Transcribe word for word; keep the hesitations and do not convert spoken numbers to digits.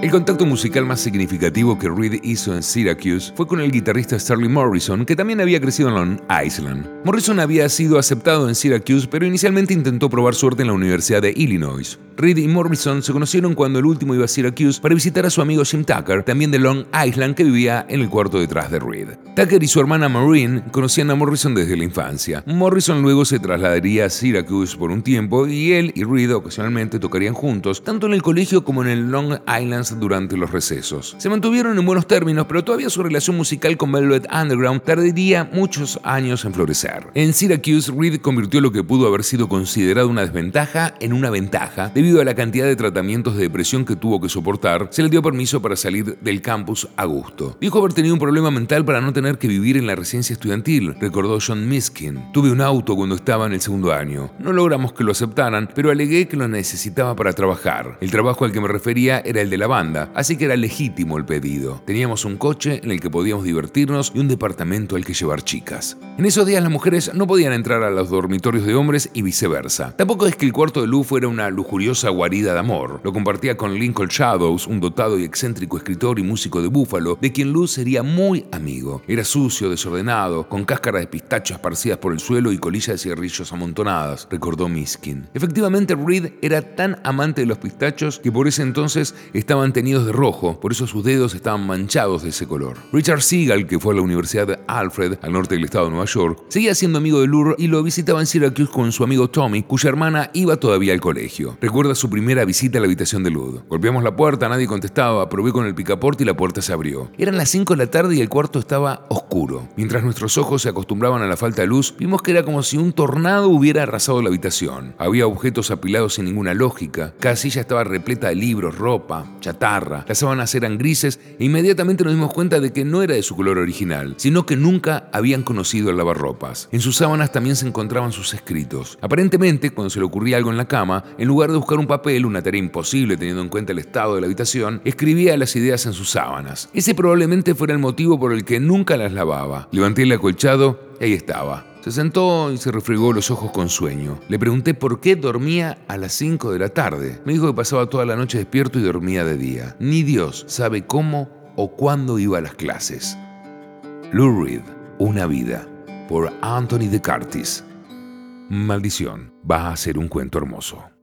El contacto musical más significativo que Reed hizo en Syracuse fue con el guitarrista Sterling Morrison, que también había crecido en Long Island. Morrison había sido aceptado en Syracuse, pero inicialmente intentó probar suerte en la Universidad de Illinois. Reed y Morrison se conocieron cuando el último iba a Syracuse para visitar a su amigo Jim Tucker, también de Long Island, que vivía en el cuarto detrás de Reed. Tucker y su hermana Maureen conocían a Morrison desde la infancia. Morrison luego se trasladaría a Syracuse por un tiempo y él y Reed ocasionalmente tocarían juntos, tanto en el colegio como en el Long Island durante los recesos. Se mantuvieron en buenos términos, pero todavía su relación musical con Velvet Underground tardaría muchos años en florecer. En Syracuse, Reed convirtió lo que pudo haber sido considerado una desventaja en una ventaja. Debido a la cantidad de tratamientos de depresión que tuvo que soportar, se le dio permiso para salir del campus a gusto. Dijo haber tenido un problema mental para no tener que vivir en la residencia estudiantil, recordó John Miskin. Tuve un auto cuando estaba en el segundo año. No logramos que lo aceptaran, pero alegué que lo necesitaba para trabajar. El trabajo al que me refería era el de la banda, así que era legítimo el pedido. Teníamos un coche en el que podíamos divertirnos y un departamento al que llevar chicas. En esos días las mujeres no podían entrar a los dormitorios de hombres y viceversa. Tampoco es que el cuarto de Lou fuera una lujuriosa guarida de amor. Lo compartía con Lincoln Shadows, un dotado y excéntrico escritor y músico de Buffalo, de quien Lou sería muy amigo. Era sucio, desordenado, con cáscaras de pistacho esparcidas por el suelo y colillas de cigarrillos amontonadas, recordó Miskin. Efectivamente, Reed era tan amante de los pistachos que por ese entonces estaban tenidos de rojo, por eso sus dedos estaban manchados de ese color. Richard Seagal, que fue a la Universidad de Alfred, al norte del estado de Nueva York, seguía siendo amigo de Lou y lo visitaba en Syracuse con su amigo Tommy, cuya hermana iba todavía al colegio. Recuerda su primera visita a la habitación de Lou. Golpeamos la puerta, nadie contestaba, probé con el picaporte y la puerta se abrió. Eran las cinco de la tarde y el cuarto estaba oscuro. Mientras nuestros ojos se acostumbraban a la falta de luz, vimos que era como si un tornado hubiera arrasado la habitación. Había objetos apilados sin ninguna lógica, cada silla estaba repleta de libros, ropa, chatarra. Las sábanas eran grises e inmediatamente nos dimos cuenta de que no era de su color original, sino que nunca habían conocido el lavarropas. En sus sábanas también se encontraban sus escritos. Aparentemente, cuando se le ocurría algo en la cama, en lugar de buscar un papel, una tarea imposible teniendo en cuenta el estado de la habitación, escribía las ideas en sus sábanas. Ese probablemente fuera el motivo por el que nunca las lavaba. Levanté el acolchado y ahí estaba. Se sentó y se refregó los ojos con sueño. Le pregunté por qué dormía a las cinco de la tarde. Me dijo que pasaba toda la noche despierto y dormía de día. Ni Dios sabe cómo o cuándo iba a las clases. Lou Reed, Una vida, por Anthony de Curtis. Maldición, va a ser un cuento hermoso.